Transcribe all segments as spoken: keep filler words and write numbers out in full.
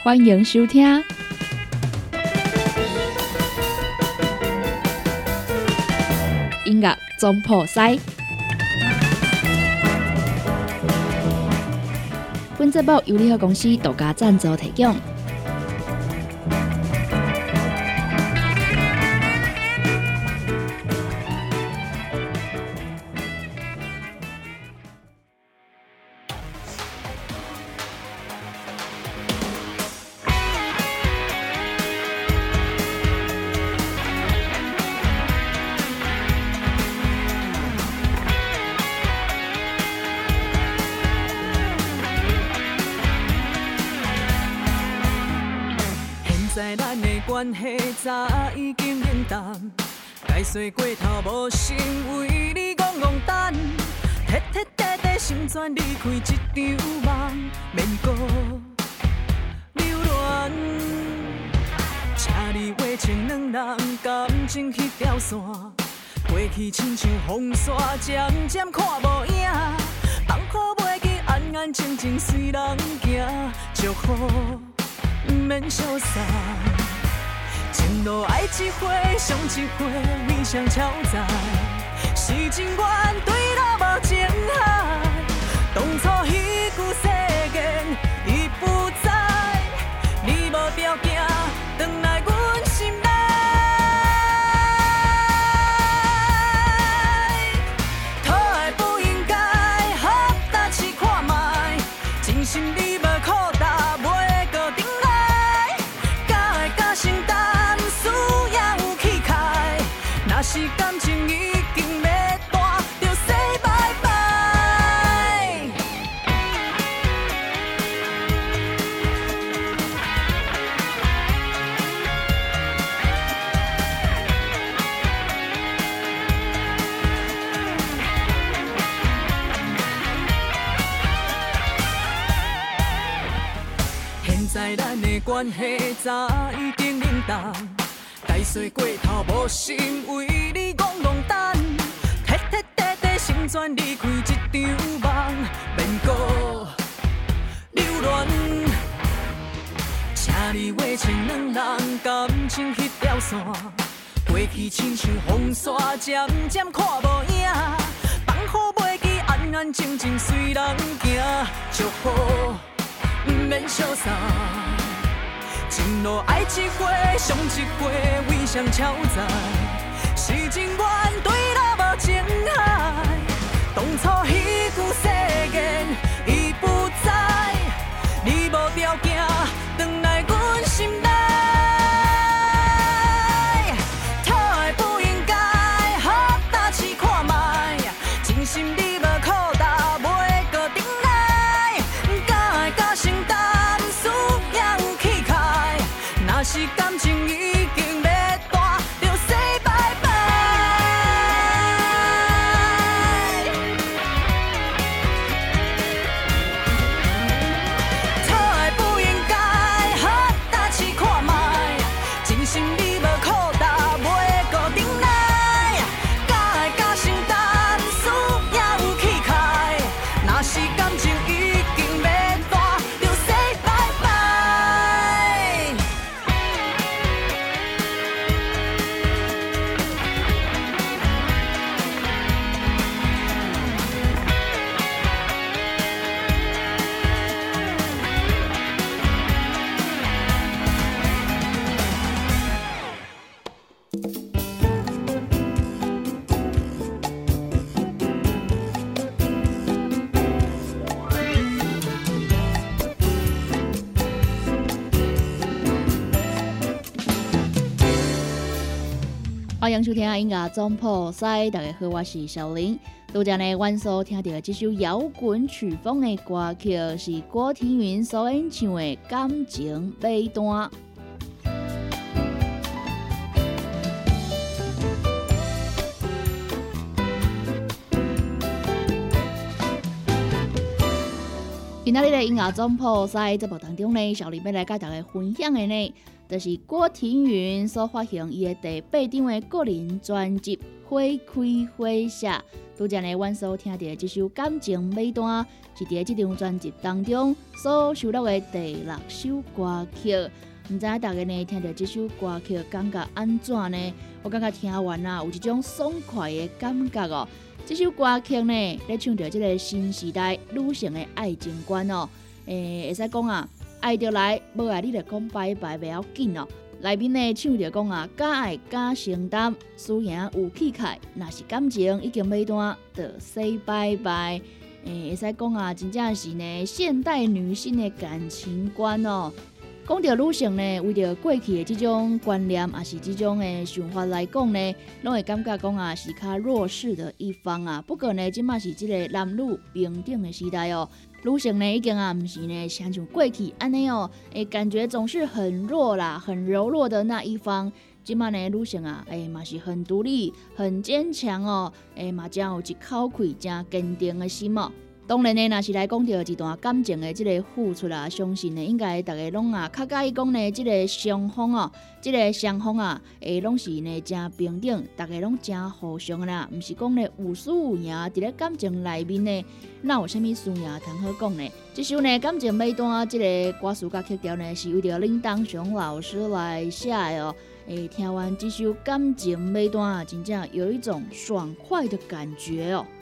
欢迎收听。音乐总铺师，本节目由联合公司独家赞助提供。 关系早已经冷淡，该洗过头无心为你戆戆等，彻彻底底心酸离开一场梦，免搁留恋。请你划清两人感情迄条线，过去亲像风沙，渐渐看无影，放苦袂记，安安静静随人行，祝福不免消散。情路爱一回，伤一回，为谁超载？是情愿对路无情海，当初迄句誓言已不在，你无条件回来阮心内。讨爱不应该，好大试看卖，真心你无苦答，袂搁等来，假的假心重。若是感情已经要断，就 say bye bye。现在咱的关系早已经冷淡。该洗过头无心为你戆戆等，彻彻底底心酸离开一场梦，免搁留恋。请你划清两人感情迄条线，过去亲像风沙，渐渐看无影，放苦袂记，安安静静随人行，祝福不免消散。情路爱一回，伤一回，为谁超载？是情愿对路无情海，当初迄句誓言已不在，你无条件回来阮心内。讨爱不应该，好大试看卖，真心你无苦答，袂搁等来，假的假心重。若是感情已经要断，就 say bye bye。讨爱不应该，好大试看卖，真心你无苦答，袂搁等来，假的假心重，事也有气概。若是感情已经要断，就 say bye bye。 欢迎收听音乐总铺师，大家好，我是小玲。拄则呢，阮所听到的这首摇滚曲风的歌曲是郭天云所演唱的《感情买单》。今仔日的音乐总铺师节目当中呢，小玲要来甲大家分享的呢， 就是郭庭云所发行伊的第八张的个人专辑《花开花谢》。拄则呢，阮所听到的这首感情尾段，是伫这张专辑当中所收录的第六首歌曲。唔知影大家呢听到这首歌曲感觉安怎呢？我感觉听完啊，有一种爽快的感觉哦。这首歌曲呢，咧唱着这个新时代女性的爱情观哦。诶，会使讲啊，爱着来，无爱你就讲拜拜，袂要紧哦。内面呢唱着讲啊，敢爱敢承担，输赢有气概，若是感情已经尾段，就 say 拜拜。诶，会使讲啊，真正是呢现代女性的感情观哦。讲到女性呢，为着过去的这种观念，也是这种的想法来讲呢，拢会感觉讲啊是较弱势的一方啊。不过呢，即马是这个男女平等的时代哦，女性呢已经啊不是呢像像过去安尼哦，诶感觉总是很弱啦、很柔弱的那一方。即马呢，女性啊，诶嘛是很独立、很坚强哦，诶嘛真有一口气、真坚定的心哦。当然呢，若是来讲到一段感情的这个付出啦，相信呢，应该大家拢啊较介意讲呢，这个双方哦，这个双方啊，诶，拢是呢真平等，大家拢真互相啦，毋是讲呢有输有赢，伫咧感情内面呢，哪有啥物输赢通好讲呢？这首呢感情尾段这个歌词甲曲调呢，是为着林东雄老师来写的哦。诶，听完这首感情尾段啊，真正有一种爽快的感觉哦。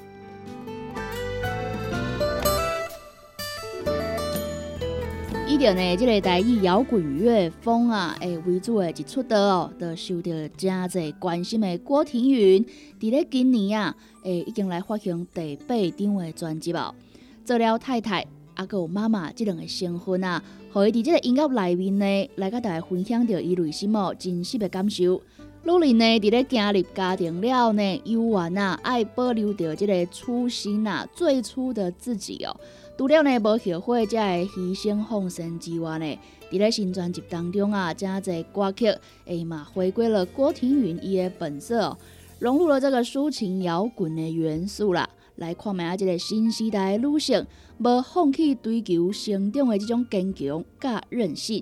以着呢，这个台语摇滚乐风啊，诶为主的一出道哦，就受到真侪关心的郭庭云，伫咧今年啊，诶已经来发行第八张的专辑哦。做了太太，啊，佮有妈妈这两个身份啊，互伊伫这个音乐内面呢，来甲大家分享着伊内心哦真实的感受。女人呢，伫咧建立家庭了呢，有缘啊，爱保留着这个初心啊，最初的自己哦。除了呢无后悔，才会牺牲奉献之外呢，伫咧新专辑当中啊，真侪歌曲诶嘛，回归了郭庭云伊的本色哦，融入了这个抒情摇滚的元素啦，来看卖啊，这个新时代的女性无放弃追求成长的这种坚强甲韧性。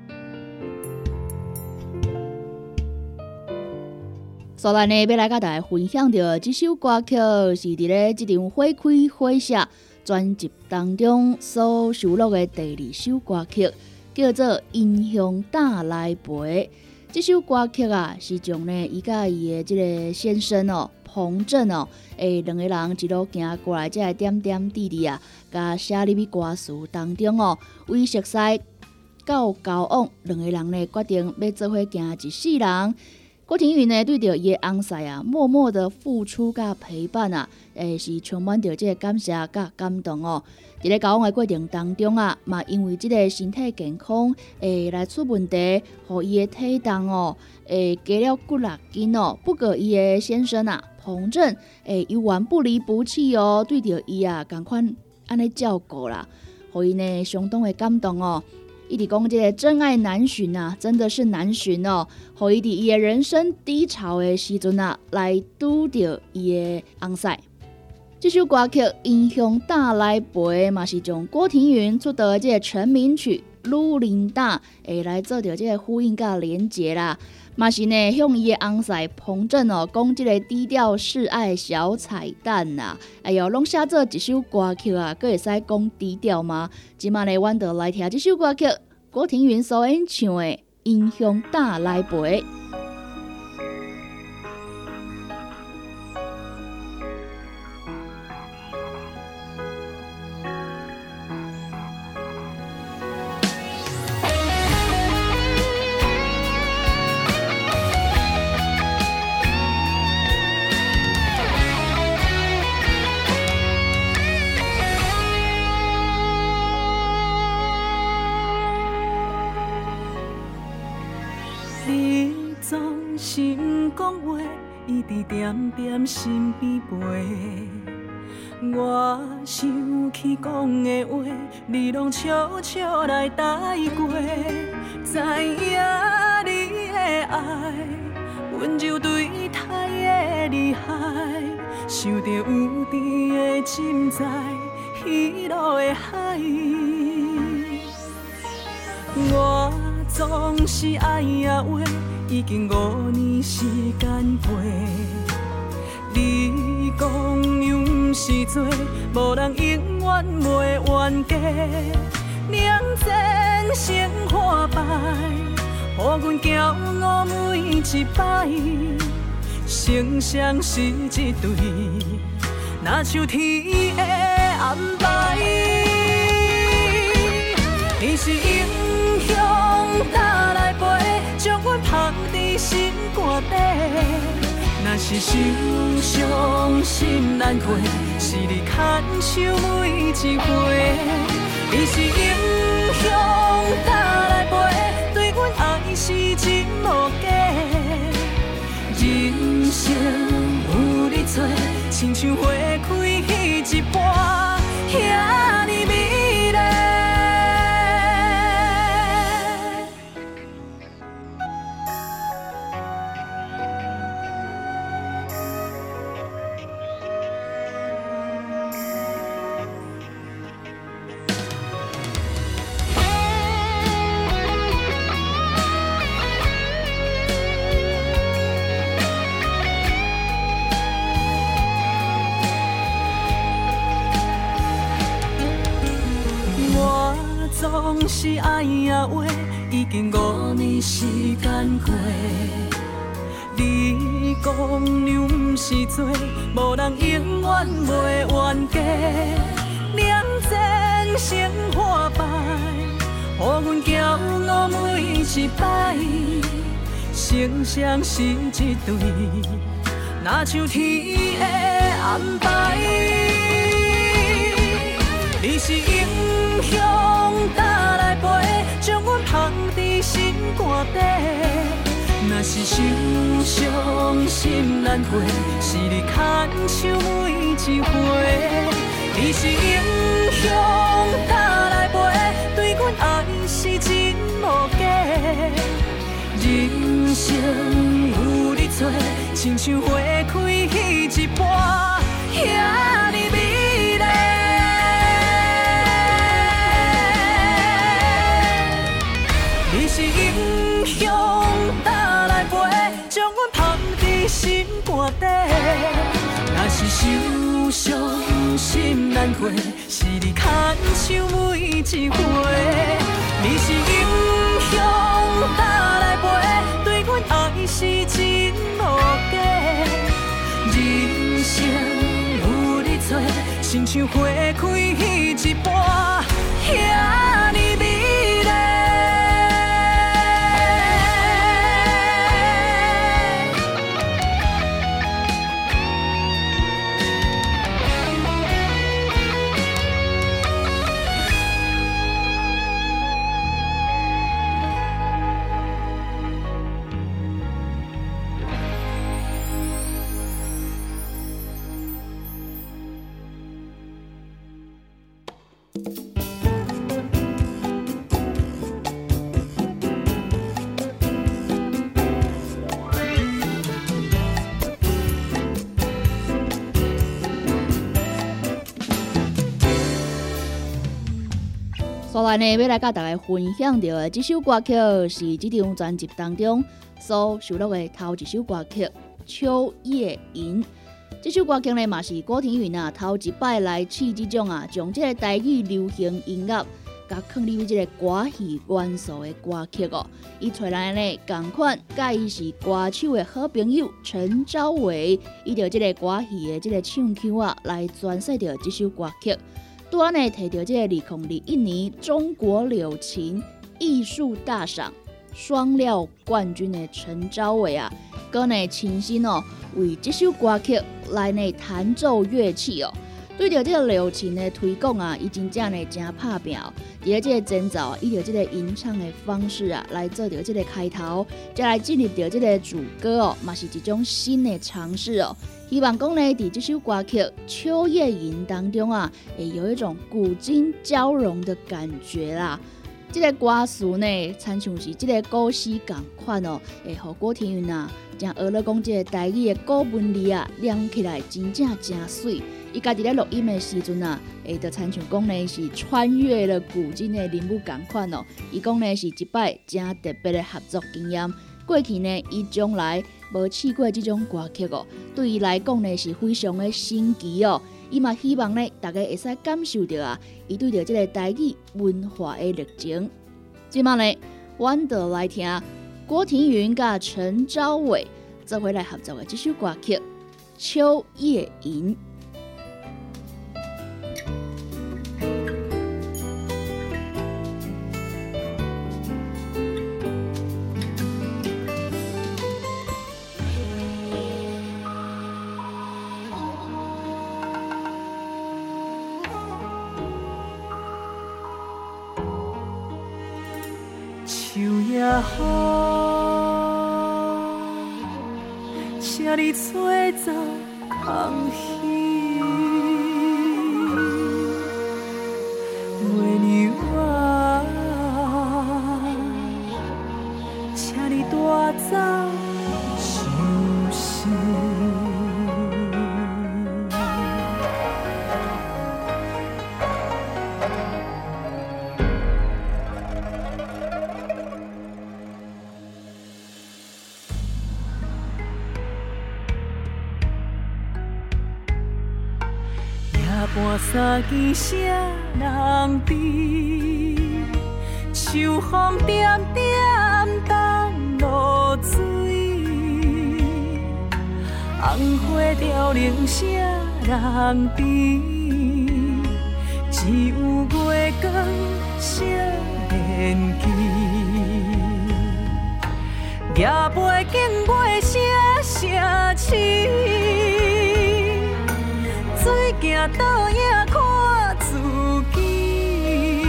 所以呢，要来甲大家分享到这首歌曲是伫咧这张花开花谢专辑当中所收录的第二首歌曲，叫做《英雄大来陪》。这首歌曲啊，是从呢伊甲伊的这个先生哦，彭震哦，诶，两个人一路行过来，这个点点滴滴啊，甲写入去歌词当中哦，为熟悉到交往，两个人呢决定要做伙行一世人。郭庭云呢，对着伊的翁婿啊，默默的付出甲陪伴啊，诶，是充满着这个感谢甲感动哦。伫咧交往的过程当中啊，嘛因为这个身体健康诶来出问题，互伊的体重哦，诶加了几六斤哦。不过伊的先生啊，彭震诶依然不离不弃哦，对着伊啊，共款安尼照顾啦，互伊呢相当的感动哦。一直讲这个真爱难寻啊，真的是难寻哦。互伊伫伊的人生低潮的时阵啊，来拄着伊的翁婿。这首歌曲《英雄大来陪》嘛是从郭庭云出道的这个成名曲《女人大》会来做着这个呼应甲连结啦。嘛是呢向伊的翁婿彭震哦讲这个低调示爱小彩蛋呐、啊。哎呦，拢写做一首歌曲啊，佫会使讲低调吗？今晚呢，阮就来听这首歌曲，郭庭云所演唱的《英雄大来陪》。 伊伫点点身边陪，我想起讲的话，你拢悄悄来带过。知影你的爱，温柔对待的厉害，想着有甜的浸在喜乐的海。我总是爱呀话，已经五年时间过。你讲样不是做，无人永远袂冤家。两千生花败，予阮骄傲每一摆。成双是一对，若像天的安排。你是英雄打来陪，将阮放伫心肝底。若是受伤心难过，是你牵手每一回。你是英雄打来陪，对阮爱是真无假。人生有你做，亲像花开迄一半，遐尼美丽。总是爱呀话，已经五年时间过。你讲样不是做，无人永远袂冤家。两千生花败，予阮骄傲每一摆。成双是一对，若像天的安排。你是英雄打来陪，将阮放伫心肝底。若是受伤心难过，是你牵手每一回。你是英雄打来陪，对阮爱是真无假。人生有你做，亲像花开迄一半，遐尼美丽。你是英雄打来陪，将阮放伫心肝底。若是受伤心难过，是你牵手每一回。你是英雄打来陪，对阮爱是真无假。人生有你做，亲像花开迄一半，遐尼美丽。 所来呢，要来甲大家分享到的这首歌曲是这张专辑当中所收录的头一首歌曲《秋叶吟》。这首歌曲呢，嘛是郭庭云啊头一摆来试这种啊，将这个台语流行音乐，甲放入这个歌戏元素的歌曲哦。伊找来呢，同款甲伊是歌手的好朋友陈昭伟，伊着这个歌戏的这个唱腔啊，来诠释着这首歌曲。拄仔呢，摕到这个二零二一年中国柳琴艺术大赏双料冠军的陈昭伟啊，佮呢亲身哦为这首歌曲来呢弹奏乐器哦。对着这个柳琴的推广啊，伊真正呢真拍拼哦。伫咧这个前奏，伊着这个吟唱的方式啊，来做着这个开头，再来进入到这个主歌哦，嘛是一种新的尝试哦。希望讲呢，伫这首歌曲《秋叶吟》当中啊，会有一种古今交融的感觉啦。这个歌词呢，参像是这个古诗同款哦，会互郭庭云啊，将学了讲这个台语的古文字啊，念起来真正真水。伊伊家己咧录音的时阵啊，会就亲像讲呢是穿越了古今的人物同款哦。伊讲呢是一摆真特别的合作经验。过去呢，伊从来无试过这种歌曲哦，对伊来讲呢是非常的新奇哦。伊嘛希望呢，大家会使感受到啊，伊对着这个台语文化的热情。今麦呢，阮就来听郭庭云甲陈昭伟做伙来合作的这首歌曲《秋夜吟》。 秋夜雨，请你吹走空虚。月娘啊，请你带走伤心。半三更谁人知？秋风点点东落水，红花凋零谁人知？只有月光少年期，夜背景尾声声痴。水行倒影看自己，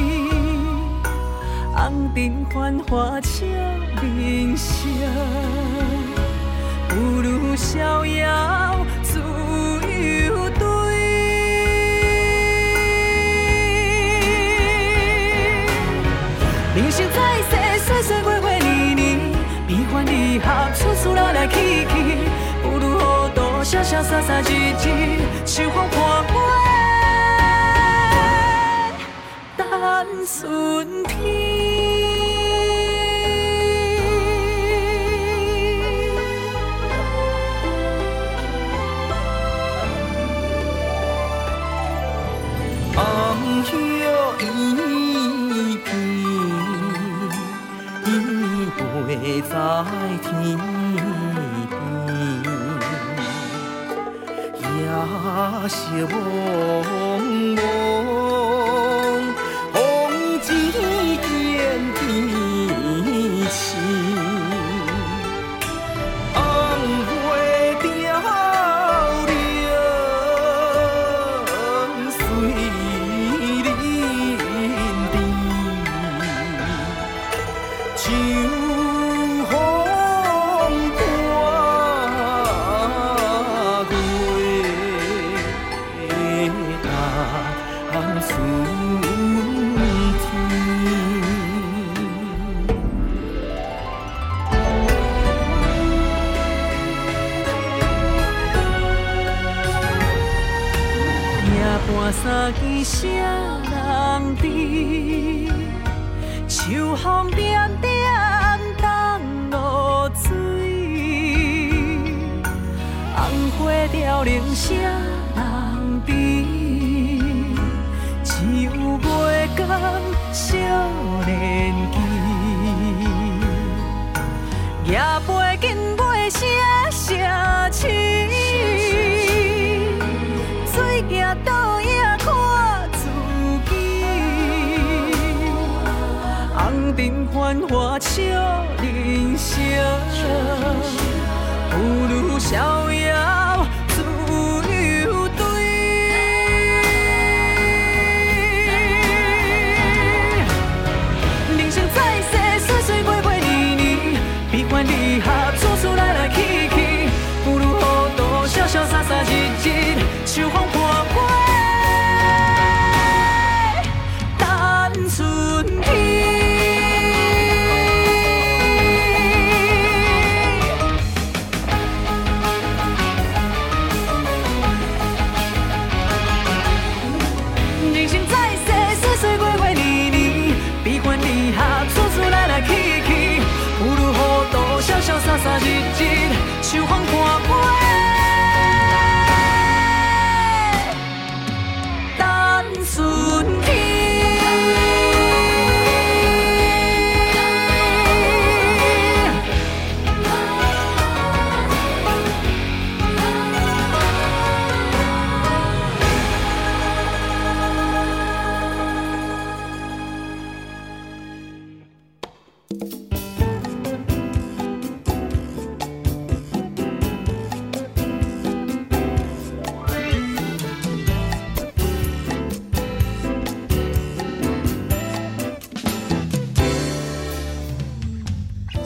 红尘繁华笑人生，不如逍遥自由对。人生在世，岁岁月月年年，悲欢离合，处处来来去去，不如好多潇潇洒洒日子，秋风破月，等春天。红叶一片，依偎在天边。夜色蒙蒙，风只见天青。红花凋零，水淋滴。秋半三更谁人知？秋风点点东落水，红花凋零谁人知？只有月光少年期，夜背景尾声声痴。水行倒影看自己，红尘繁华笑人生，不如逍遥自由对。人生在世，岁岁月月年年，悲欢离合，处处来来去去，不如好多潇潇洒洒日子。秋风破月，等春天。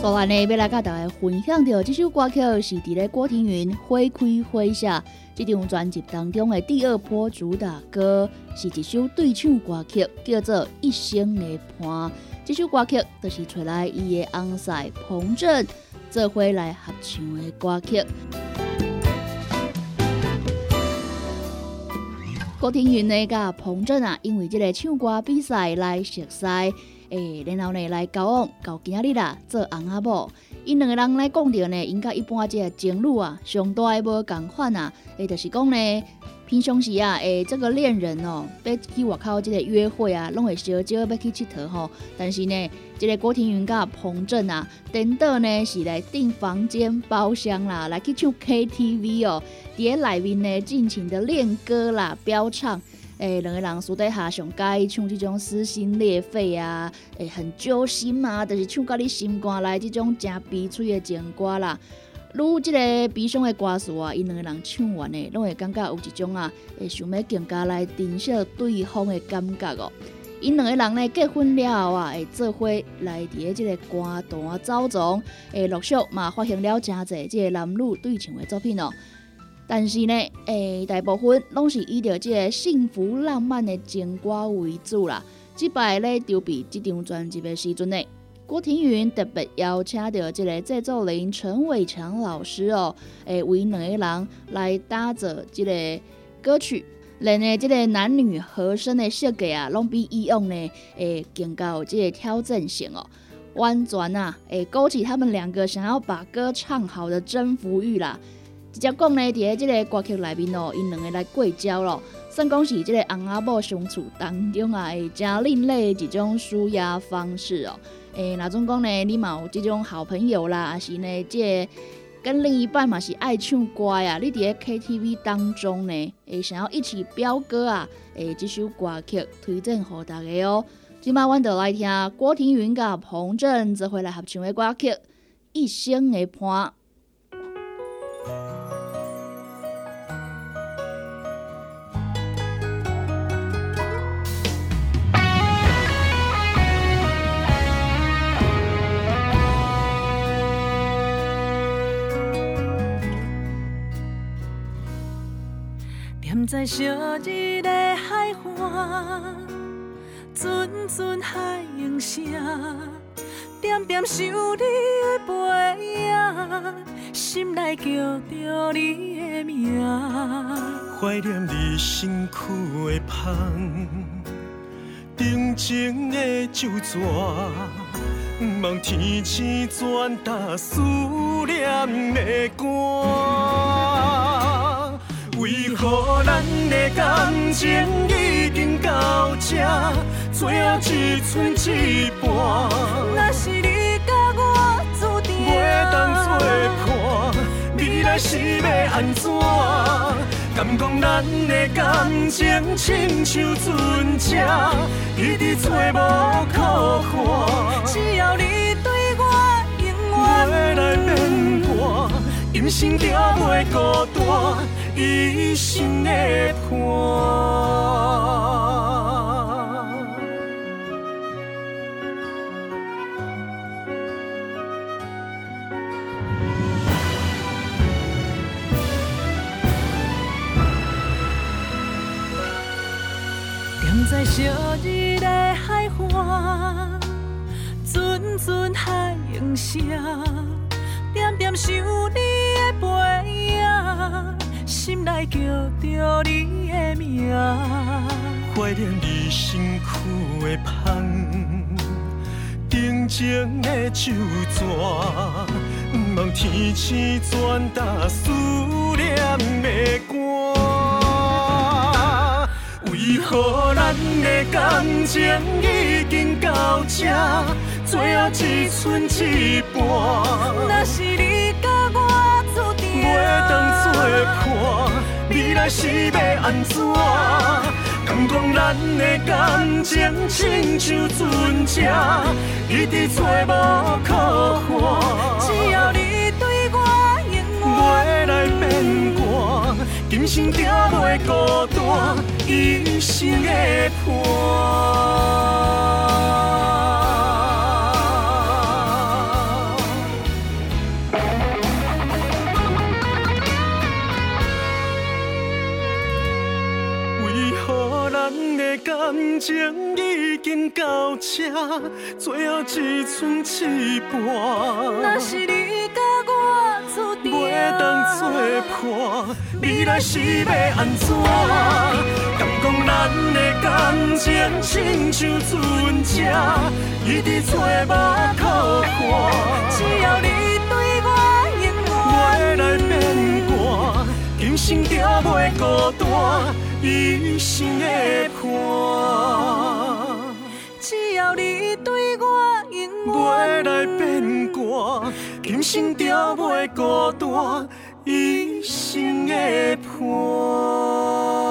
所以呢，要来甲大家分享到这首歌曲是伫咧郭庭云《花开花谢》这张专辑当中的第二波主打歌，是一首对唱歌曲，叫做《一生的伴》。这首歌曲就是找来伊的翁婿彭震做伙来合唱的歌曲。郭庭云呢，甲彭震啊，因为这个唱歌比赛来熟悉。诶，然后呢，来交往到今日啦，做翁仔某。因两个人来讲到呢，因甲一般这个情侣啊，上大诶无共款啊。诶，就是讲呢，平常时啊，诶，这个恋人哦，要去外口这个约会啊，拢会小少要去佚佗吼。但是呢，这个郭庭云甲彭震啊，颠倒呢是来订房间包厢啦，来去唱 K T V 哦，伫咧内面呢尽情的练歌啦，飙唱。诶，两个人私底下上介意唱这种撕心裂肺啊，诶，很揪心啊，就是唱到你心肝内这种真悲催的情歌啦。愈这个悲伤的歌词啊，因两个人唱完的，拢会感觉有一种啊，会想要更加来珍惜对方的感觉哦。因两个人呢结婚了后啊，会做伙来伫咧这个歌坛走总，诶，陆续嘛发行了真侪这个男女对唱的作品哦。但是呢，诶，大部分拢是以着这个幸福浪漫的情歌为主啦。这摆咧筹备这张专辑的时阵呢，郭庭云特别邀请到这个制作人陈伟强老师哦，诶，为两个人来打造这个歌曲。连呢，这个男女和声的设计啊，拢比以往呢，诶，更加有这个挑战性哦。完全啊，诶，勾起他们两个想要把歌唱好的征服欲啦。直接讲呢，伫咧即个歌曲内面哦，因两个来过招咯，算讲是即个翁仔某相处当中啊，会真另类的一种抒压方式哦。诶，若总讲呢，你嘛有即种好朋友啦，还是呢，即个跟另一半嘛是爱唱歌呀，你伫咧 K T V 当中呢，会想要一起飙歌啊，诶，这首歌曲推荐给大家哦。今摆阮就来听郭庭云甲彭震做伙来合唱的歌曲《一生的伴》。 踮在昔日的海岸，阵阵海涌声，点点想你的背影，心内叫着你的名。 怀念你身躯的香，定情的旧纸，不望天星转达思念的歌。为何咱的感情已经到这，最后只剩一半？ 若是你甲我注定袂当作伴，未来是要安怎？敢讲咱的感情亲像船只，一直找无靠岸。 只要你对我永远来变卦，今生就袂孤单。一生的伴， 踮在昔日的海岸，阵阵海涌声，点点想你的背影。心内叫着你的名， 怀念你身躯的香，定情的旧纸，不望天星转达思念的歌。为何咱的感情已经到这，最后只剩一半？ 若是你甲我注定袂当作伴，未来是要安怎？敢讲咱的感情亲像船只，一直找无靠岸。 只要你对我永远袂来变卦，今生就袂孤单，一生的伴。 的感情已经到这，最后只剩一半。 若是你甲我注定袂当作伴，未来是要安怎？敢讲咱的感情亲像船只，一直找无靠岸。 只要你对我永远， 未来变卦，今生就袂孤单，一生的伴。 只要你对我永远， 未来变卦，今生就袂孤单，一生的伴。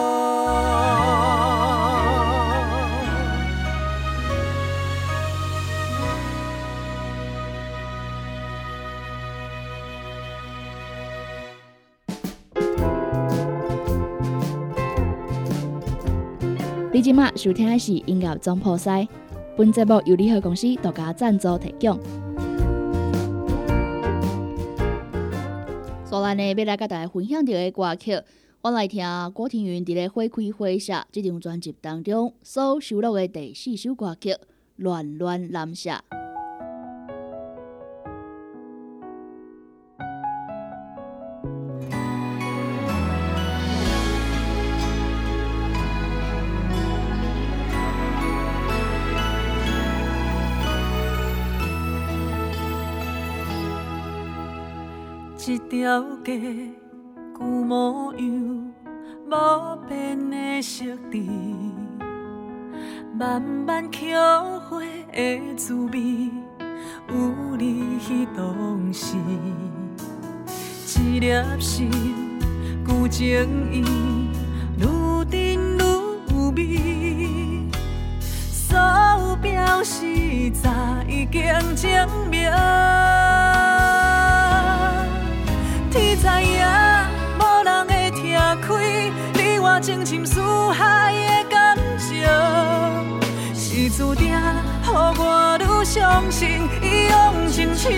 你即马收听的是音乐总铺塞，本节目由联合公司独家赞助提供。所以呢，要来甲大家分享到的歌曲，我来听郭庭云伫咧《花开花谢》这张专辑当中所收录的第四首歌曲《乱乱南下》。 一条街，旧模样，无变的色调，慢慢捡回的滋味，有你迄当时，一粒心，旧情意，愈沉愈有味，所有表示早已经证明。天知影，无人会听开你我情深似海的感情，是注定，予我愈相信一往情深。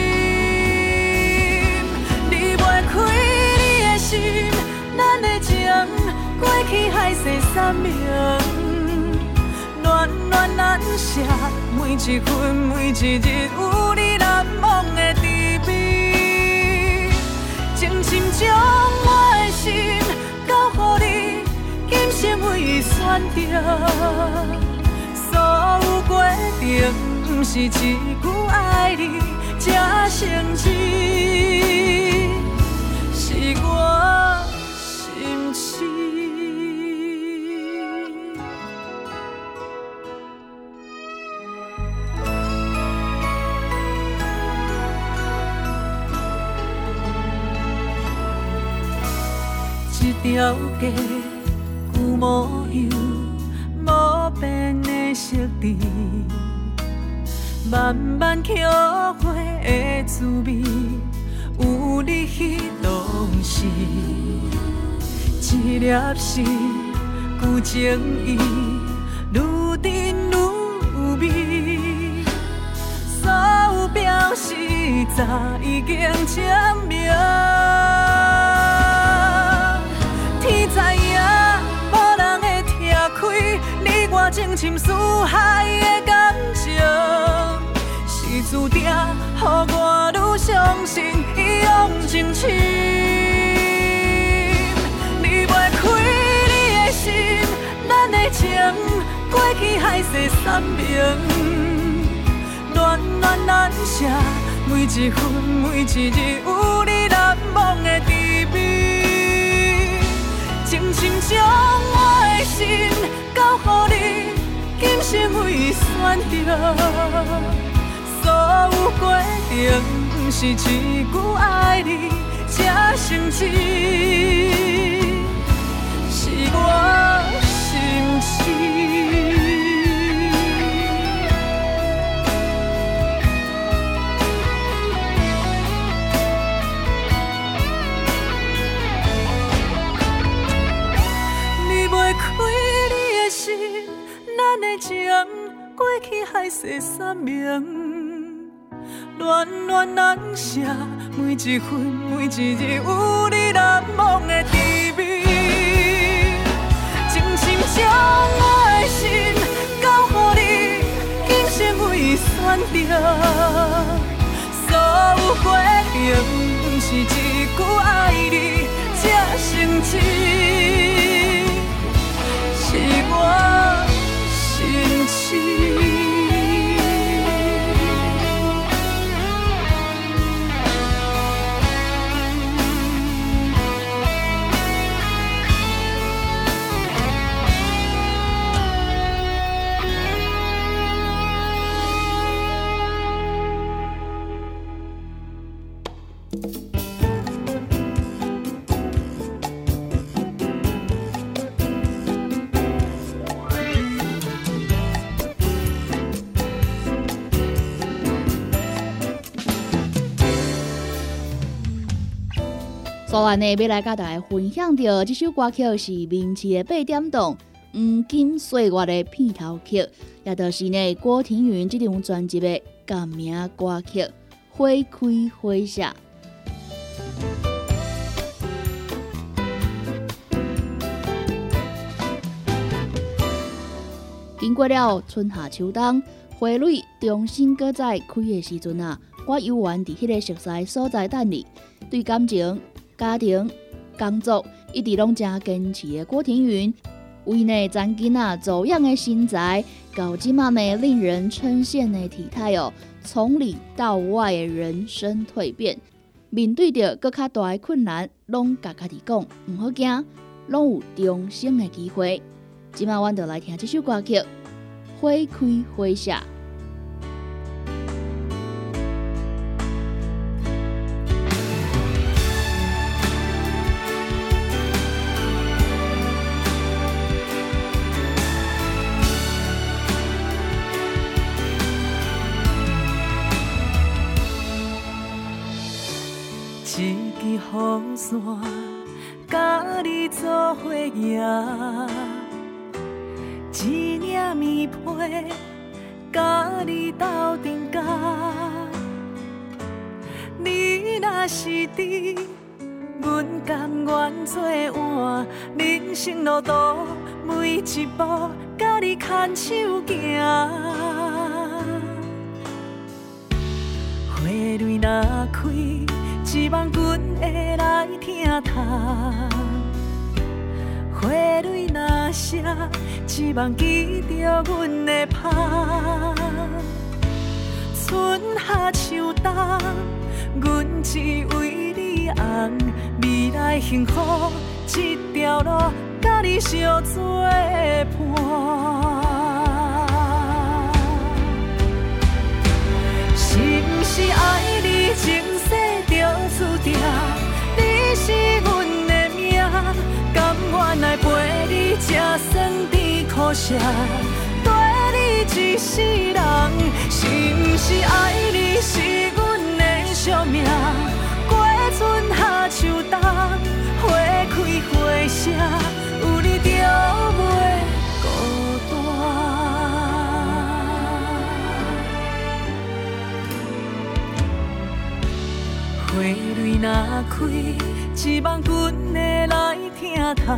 离袂开你的心，咱的情过去海誓山盟，恋恋难舍，每一分每一日有你难忘的滋味。精心将我的心交予你，今生为伊选择。所有决定，不是一句爱你才成真，是我心痴。一条街，旧模样，无变的色调，慢慢捡回的滋味，有你迄当时，一粒心，旧情意，愈沉愈有味，所有表示早已经证明。天知影，无人会听开你我情深似海的感情，是注定，予我愈相信一往情深。离袂开你的心，咱的情过去海誓山盟，恋恋难舍，每一分每一日有你难忘的滋味。精心将我的心交予你，今生为伊选择。所有决定，不是一句爱你才成真，是我心痴。咱的情过去海誓山盟，恋恋难舍，每一分每一日有你难忘的滋味。精心将我的苏安呢要来甲大家分享到这首歌曲是名次的八点档，黄金岁月的片头曲，也就是呢郭庭云这张专辑的同名歌曲《花开花谢》。经过了春夏秋冬，花蕊重新搁再开的时阵啊，我犹原伫迄个熟悉所在等你。对感情、家庭、工作，一直拢真坚持的郭庭云，为呢曾囡仔走样的身材，到即马呢令人称羡的体态哦，从里到外的人生蜕变。面对着搁较大的困难，拢甲家己讲，唔好惊，拢有重生的机会。即马阮就来听这首歌曲《花开花谢》。 一支雨伞，甲你做伙行。一领棉被，甲你斗阵甲。你若是伫，阮甘愿做换。人生路途每一步，甲你牵手行。花蕊若开，希望阮会来听透。花蕊若谢，希望记着阮的拍。春夏秋冬，阮只为你红。未来幸福这条路，甲你相作伴。是不是爱你前世就注定？你是阮的命。甘愿来陪你吃酸甜苦涩，跟你一世人。是不是爱你是阮的宿命？过春夏秋冬，花开花谢，有你就袂孤单。花蕊若开，希望阮会来听透。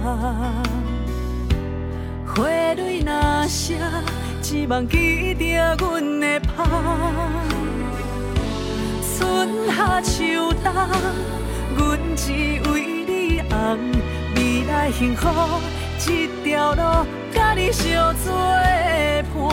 花蕊若谢，希望记着阮的拍。春夏秋冬，阮只为你红。未来幸福这条路，甲你相作伴。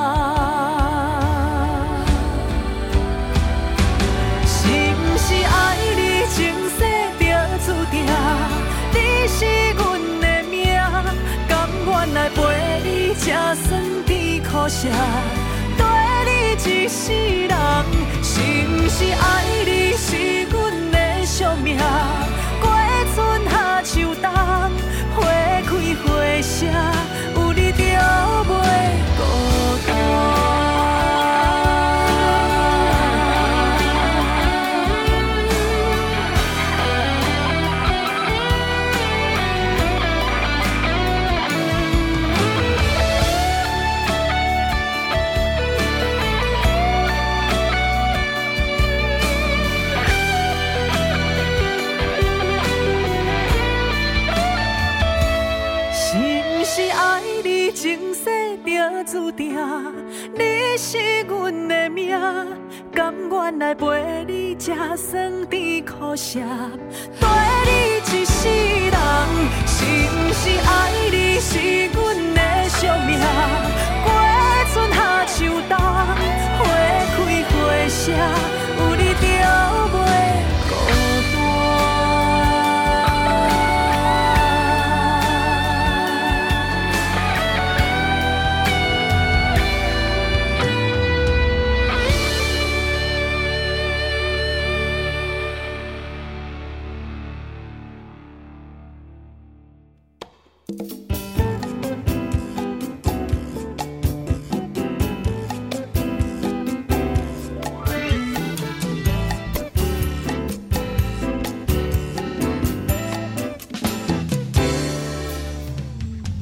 是不是爱你前世就注定？你是阮的命，甘愿来陪你吃酸甜苦涩，跟你一世人。是不是爱你是阮的宿命？过春夏秋冬，花开花谢，有你就袂孤单。注定你是阮的命，甘愿来陪你吃酸甜苦涩，跟你一世人。是不是爱你是阮的宿命？过春夏秋冬，花开花谢，有你就袂孤单。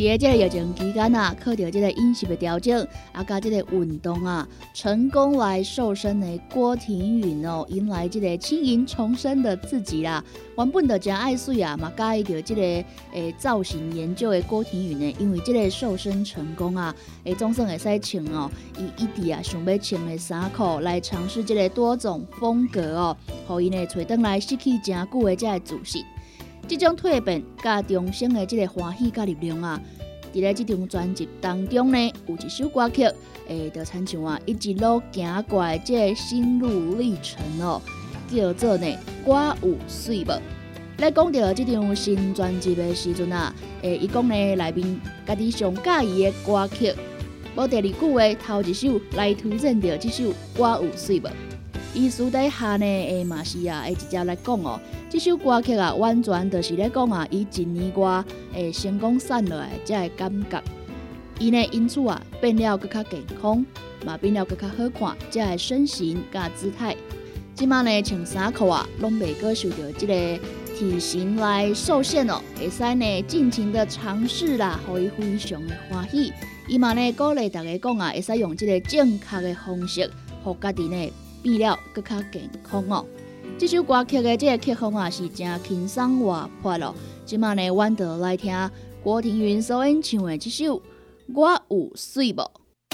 伫即个疫情期间啊，靠着即个饮食的调整，啊加即个运动啊，成功来瘦身的郭婷允哦，迎来即个轻盈重生的自己啦。原本就真爱水啊，嘛介意着即个诶造型研究的郭婷允呢，因为即个瘦身成功啊，诶总算会使穿哦，伊一直啊想要穿的衫裤来尝试即个多种风格哦，互伊呢找倒来失去真久的即个自信。这种蜕变甲重生的这个欢喜甲力量啊，伫咧这张专辑当中呢，有一首歌曲，诶，就亲像啊，一直路行过的这个心路历程哦，叫做呢《我有水无》。咧讲到这张新专辑的时阵啊，诶，伊讲呢内面家己上介意的歌曲，无第二句的头一首来推荐到这首《我有水无》。伊私底下呢，诶嘛是啊，会直接来讲哦。这首歌曲啊，完全就是咧讲啊，伊一年外诶成功散落来才会感觉。伊呢因此啊变了更较健康，嘛变了更较好看，才会身形甲姿态。即马呢穿衫裤啊，拢袂阁受到即个体型来受限哦，会使呢尽情的尝试啦，互伊非常的欢喜。伊嘛呢鼓励大家讲啊，会使用即个正确的方式，互家己呢变了更较健康哦。这首歌曲的这个曲风啊是真轻松活泼咯。即马呢，阮就来听郭婷允所演唱的这首《我有水无》。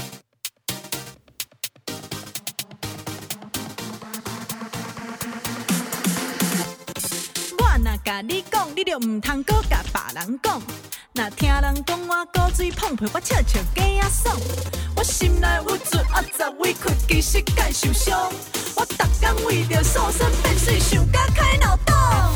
我若甲你讲，你就唔通搁甲别人讲。若听人讲我古水碰皮，我笑笑假啊爽。我心内有罪恶十委屈，其实该受伤。我逐工为着瘦身变水，想甲开脑洞。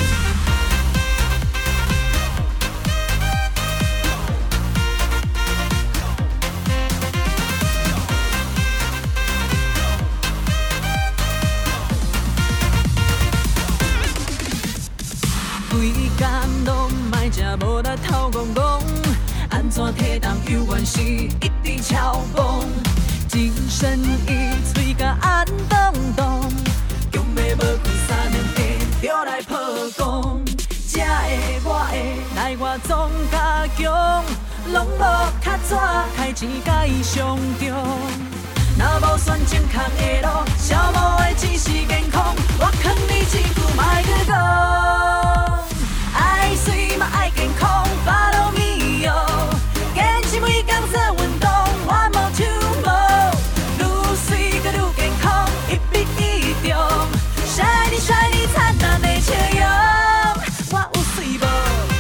规工拢莫食无力头戆戆，安怎体重有原是一直超磅，精神伊嘴甲暗动动，强要无困三两下就来破功，这的我的来我总加强，拢无较早开钱甲伊上中，若无选正确的路，消磨的只是健康，我劝你一句莫搁讲。爱水嘛爱健康 ，Follow me 哦，坚持每天做运动 ，One more two more， 愈水阁愈健康，一比一中，晒你晒你灿烂的笑容，我有水无？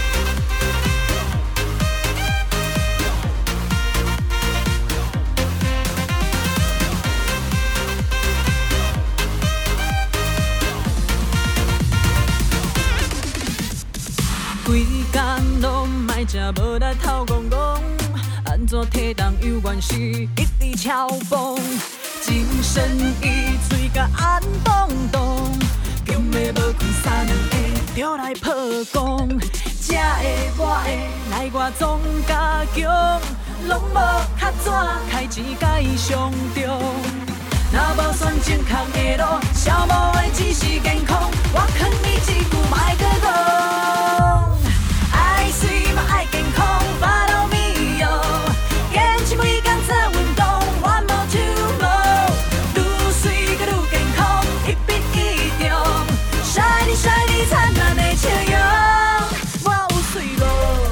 规工拢莫食无力头戆戆，安怎体重有原是一直超磅，精神伊嘴甲暗动动，强要无困三两下就来破功，这的我的来我总加强，拢无较早开钱甲伊上中，若无选正确的路，消磨的只是健康，我劝你一句莫搁讲。爱水嘛爱健康 ，Follow me 哦，坚持每天做运动 ，One more two more， 愈水阁愈健康，一比一中，晒你晒你灿烂的笑容，我有水无？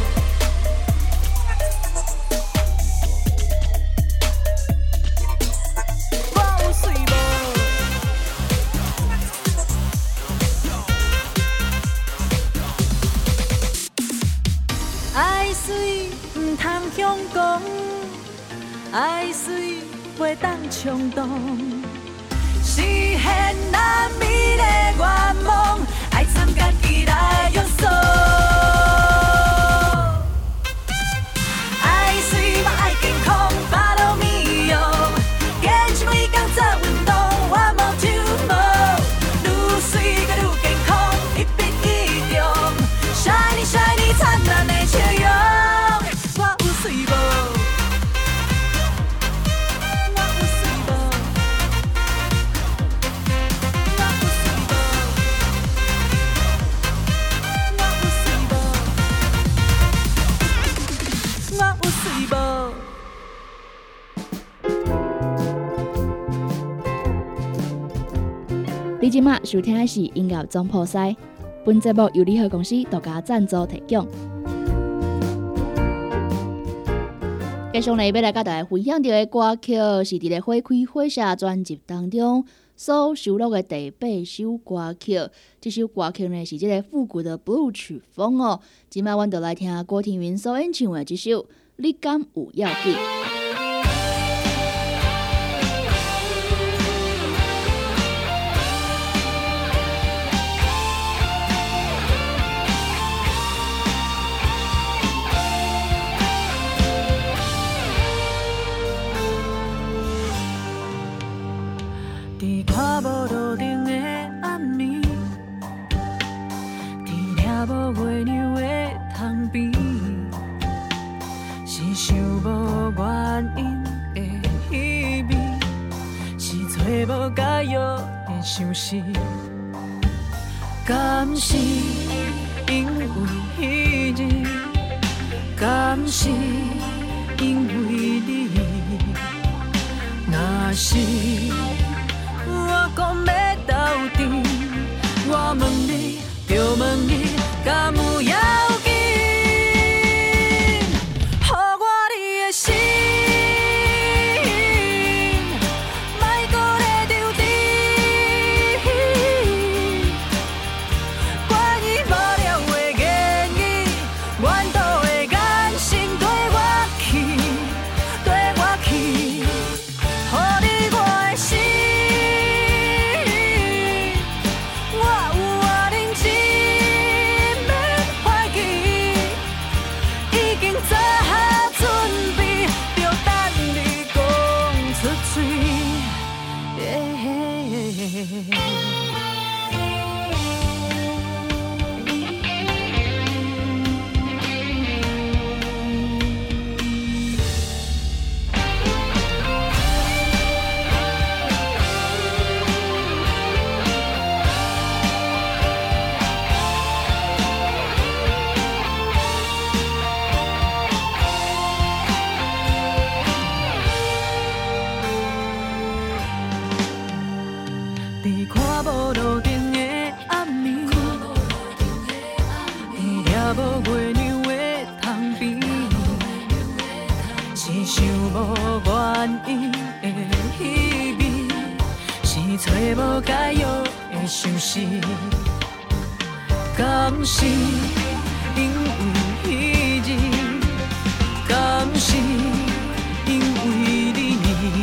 我有水无？爱水唔通向讲，爱水袂当冲动，实现难眠的愿望，爱参家己来约束。爱水嘛爱健康 ，Follow me 哦，坚持每天做运动 ，One more two more， 愈水阁愈健康，一比一中，晒你晒你灿烂的笑容，我有水无？我有水无？我有水无？我有水无？ 你即马收听的是音乐总铺师，本节目由联合公司独家赞助提供。接下来要来甲大家分享到的歌曲，是伫咧《花开花谢》专辑当中所收录的第八首歌曲。这首歌曲呢是这个复古的 Blue 曲风哦。今摆阮就来听郭天云所演唱的这首《你敢有要紧》。 看无路灯的暗暝，伫掠无月亮的窗边，是想无原因的稀微，是找无解药的相思。敢是因为彼日，敢是因为你，若是我讲要斗阵，我问你，就问你，敢有要紧？予我你的心，莫搁咧留伫，关于无聊的言语，怨妒的眼神对我去，对我去，予你我的心。无解药的相思，敢是因为彼日，敢是因为你？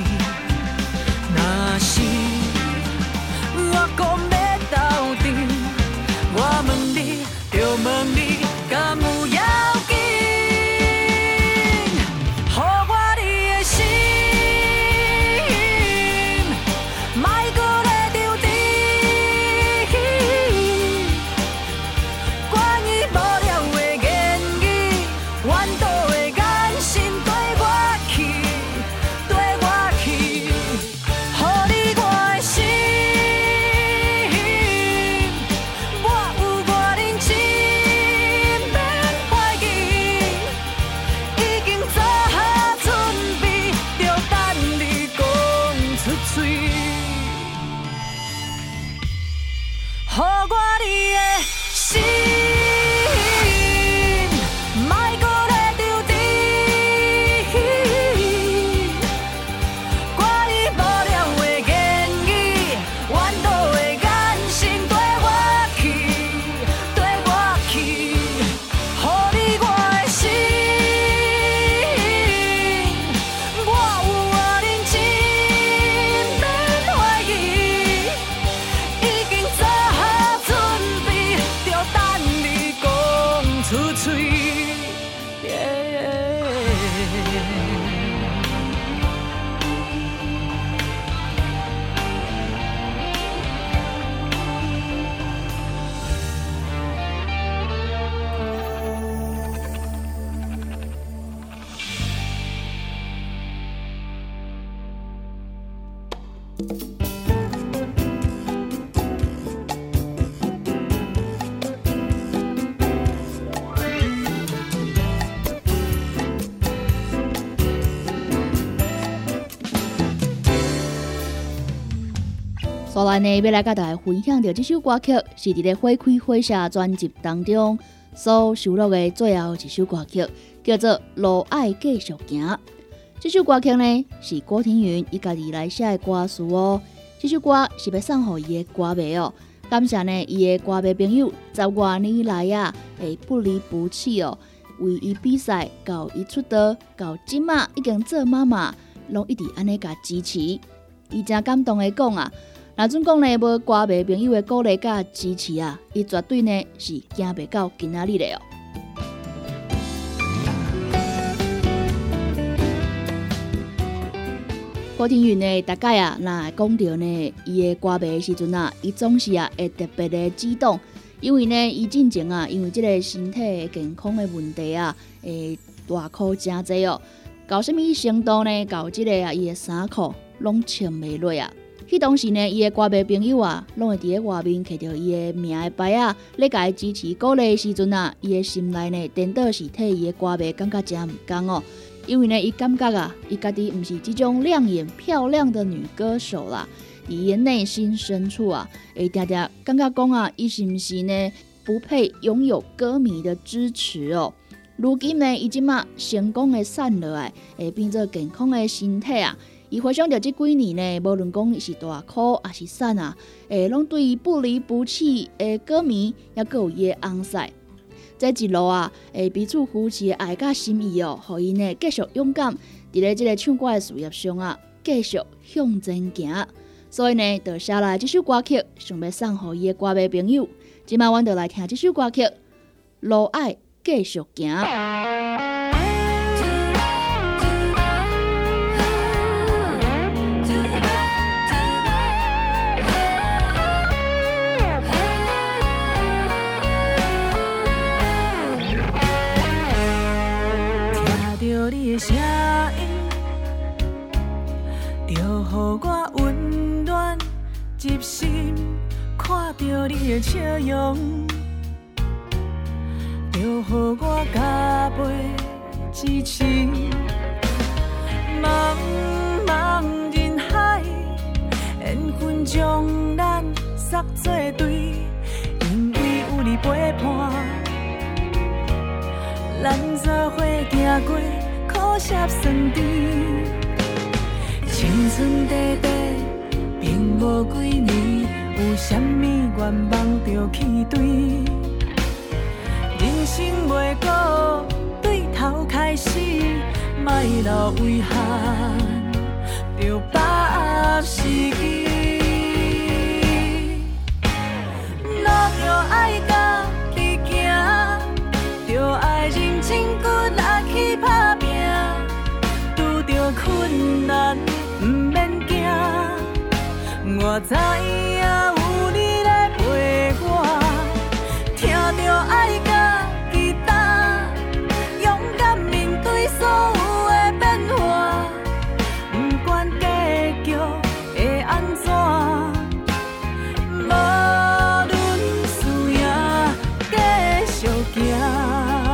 若是我讲要斗阵，我问你，就问你，敢有要紧？予我你的心。 所以呢，要来甲大家分享到这首歌曲，是伫咧《花开花谢》专辑当中所收录的最后一首歌曲，叫做《路爱继续行》。这首歌曲呢，是郭庭云伊家己来写的歌词哦。这首歌是要送给伊的歌迷哦，感谢呢伊的歌迷朋友十多年来啊，会不离不弃哦，为伊比赛到伊出道到今嘛已经做妈妈，拢一直安尼甲支持。伊真感动的讲啊，若准讲呢无歌迷朋友的鼓励甲支持啊，伊绝对呢是行袂到今仔日的哦。郭庭云呢，大概啊，若讲到呢，伊的歌迷的时阵啊，伊总是啊会特别的激动，因为呢，伊进前啊，因为即个身体健康的问题啊，会大哭真济哦，到什么程度呢？到即个啊，伊的衫裤拢穿袂落啊。迄当时呢，伊的歌迷朋友啊，拢会伫咧外面摕到伊的名的牌啊，咧甲伊支持鼓励的时阵啊，伊的心内呢，颠倒是替伊的歌迷感觉真毋甘哦。因为呢，伊感觉啊，伊家己毋是这种亮眼漂亮的女歌手啦，伫伊内心深处啊，会常常感觉讲啊，伊是毋是呢不配拥有歌迷的支持哦。如今呢，伊即马成功的瘦落来，会变做健康的身体啊。伊回想到这几年呢，无论讲是大哭还是瘦啊，诶，拢对伊不离不弃的歌迷，也佮有伊的翁婿。这一路啊，诶，彼此扶持的爱甲心意哦，互伊呢继续勇敢，伫咧即个唱歌的事业上啊，继续向前行。所以呢，就写来这首歌曲，想要送互伊的歌迷朋友。今晚阮就来听这首歌曲《路爱继续行》。 你的声音，就予我温暖入心，看到你的笑容，就予我加倍支持。茫茫人海，缘分将咱撒作对，因为有你陪伴，咱做伙行过苦涩酸甜，青春短短，并无几年，有啥物愿望着去追？人生袂过，对头开始，莫留遗憾，着把握时机。路着爱甲去行，着爱认真骨力去打拼。困难不免惊，我知影有你来陪我，听着爱甲期待，勇敢面对所有的变化，不管结局会安怎，无论输赢，继续行。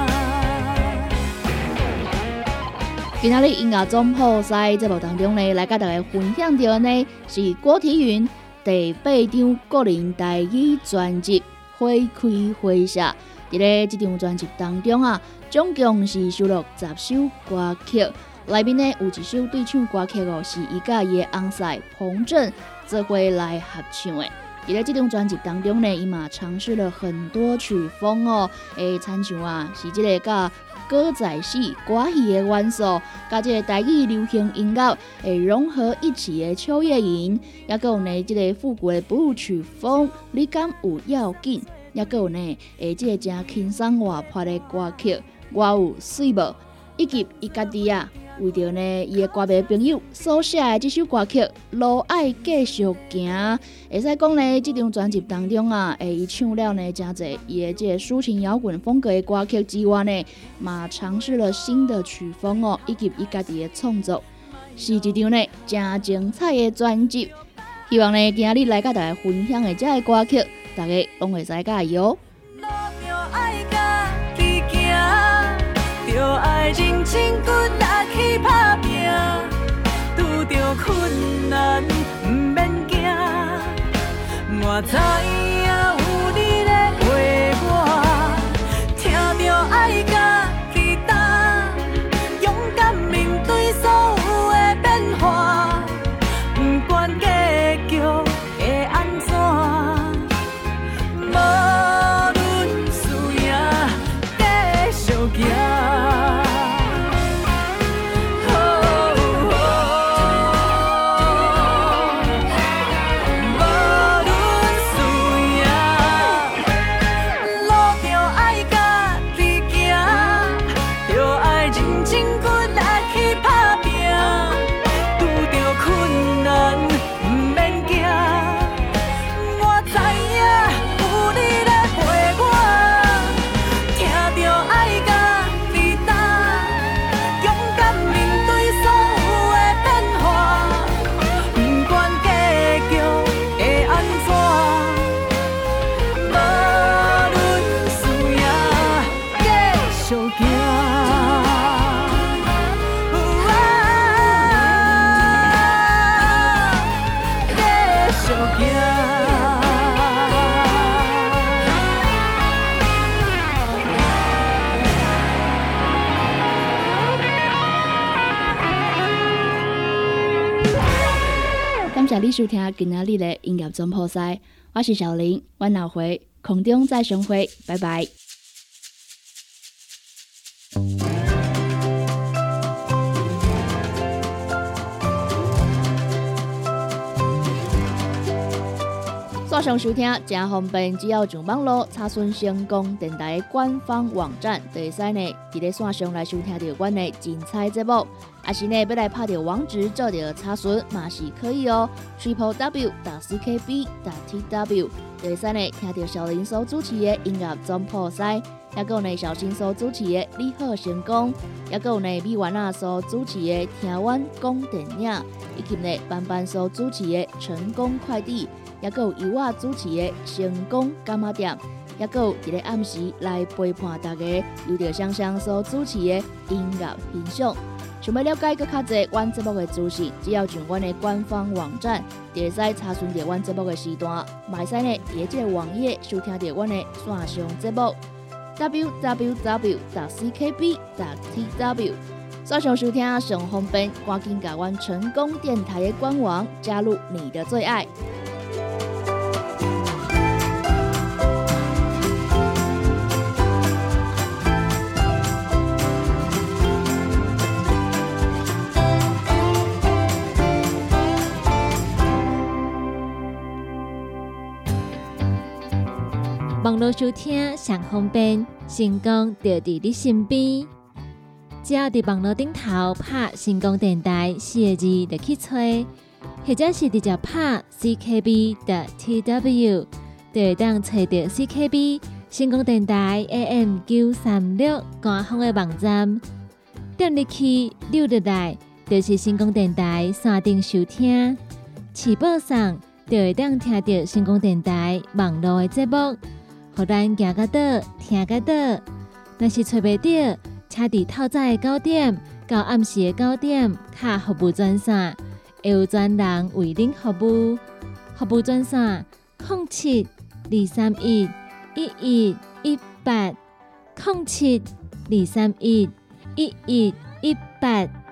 今仔日音乐总铺在节目当中呢，来甲大家分享到呢是郭庭云第八张个人台语专辑《花开花谢》。伫咧这张专辑当中啊，总共是收录十首歌曲，内面呢有一首对唱歌曲哦，是伊甲伊的翁婿彭震做伙来合唱的。伫咧这张专辑当中呢，伊嘛尝试了很多曲风哦，诶，参像啊是这个甲歌仔戏、歌戏的元素，甲这个台语流行音乐会融合一起的秋叶吟，也佮有呢这个复古的布曲风，你敢有要紧？也佮有呢诶这个真轻松活泼的歌曲，我有水无？以及伊家己啊，为着呢伊的歌迷朋友所写的这首歌曲《路爱继续行》，会使讲呢，这张专辑当中啊，诶，伊唱了呢真侪伊的这个抒情摇滚风格的歌曲之外呢，嘛尝试了新的曲风哦，以及伊家己的创作，是一张呢真精彩的专辑。希望呢今日来甲大家分享的这个歌曲，大家拢会使加油。着爱认真骨力去打拼，拄着困难不免惊， 我知影有你咧陪我，听着爱甲期待，勇敢面对所有的变化，不管结局会安怎，无论输赢，继续行。 感谢你收听今仔日的音乐总铺塞，我是小林，我们下回空中再相会，拜拜。线上收听真方便，只要上网络查询成功电台的官方网站，就会使呢伫咧线上来收听到阮的精彩节目。也是呢要来拍到网址做到查询嘛是可以哦 ，triple w 点 c k b 点 t w 就会使呢听到小林所主持的音乐总铺塞，也有呢小新所主持的你好成功，也有呢美婉啊所主持的听阮讲电影，以及呢班班所主持的成功快递。也有由我主持的成功柑仔店，也有伫咧暗时来陪伴大家，由着香香所主持的音乐欣赏。想要了解更较侪阮节目的资讯，只要上阮的官方网站，就会使查询到阮节目的时段，嘛会使呢伫即个网页收听到阮的线上节目 w w w 点 c k b 点 t w。线上收听上方便，赶紧甲阮成功电台的官网加入你的最爱。 网络收听上方便，成功就伫你身边。只要伫网络顶头拍成功电台四个字就去找，或者是直接拍 c k b 点 t w， 就会当找到 C K B 成功电台 A M 九三六官方的网站。点入去溜入来，就是成功电台山顶收听，起报上就会当听到成功电台网络的节目。互咱行到倒，听到倒。若是找袂到，请伫透早的九点到暗时的九点，卡服务专线，会有专人为您服务。服务专线：零七二三一一一一八，零七二三一一一一八。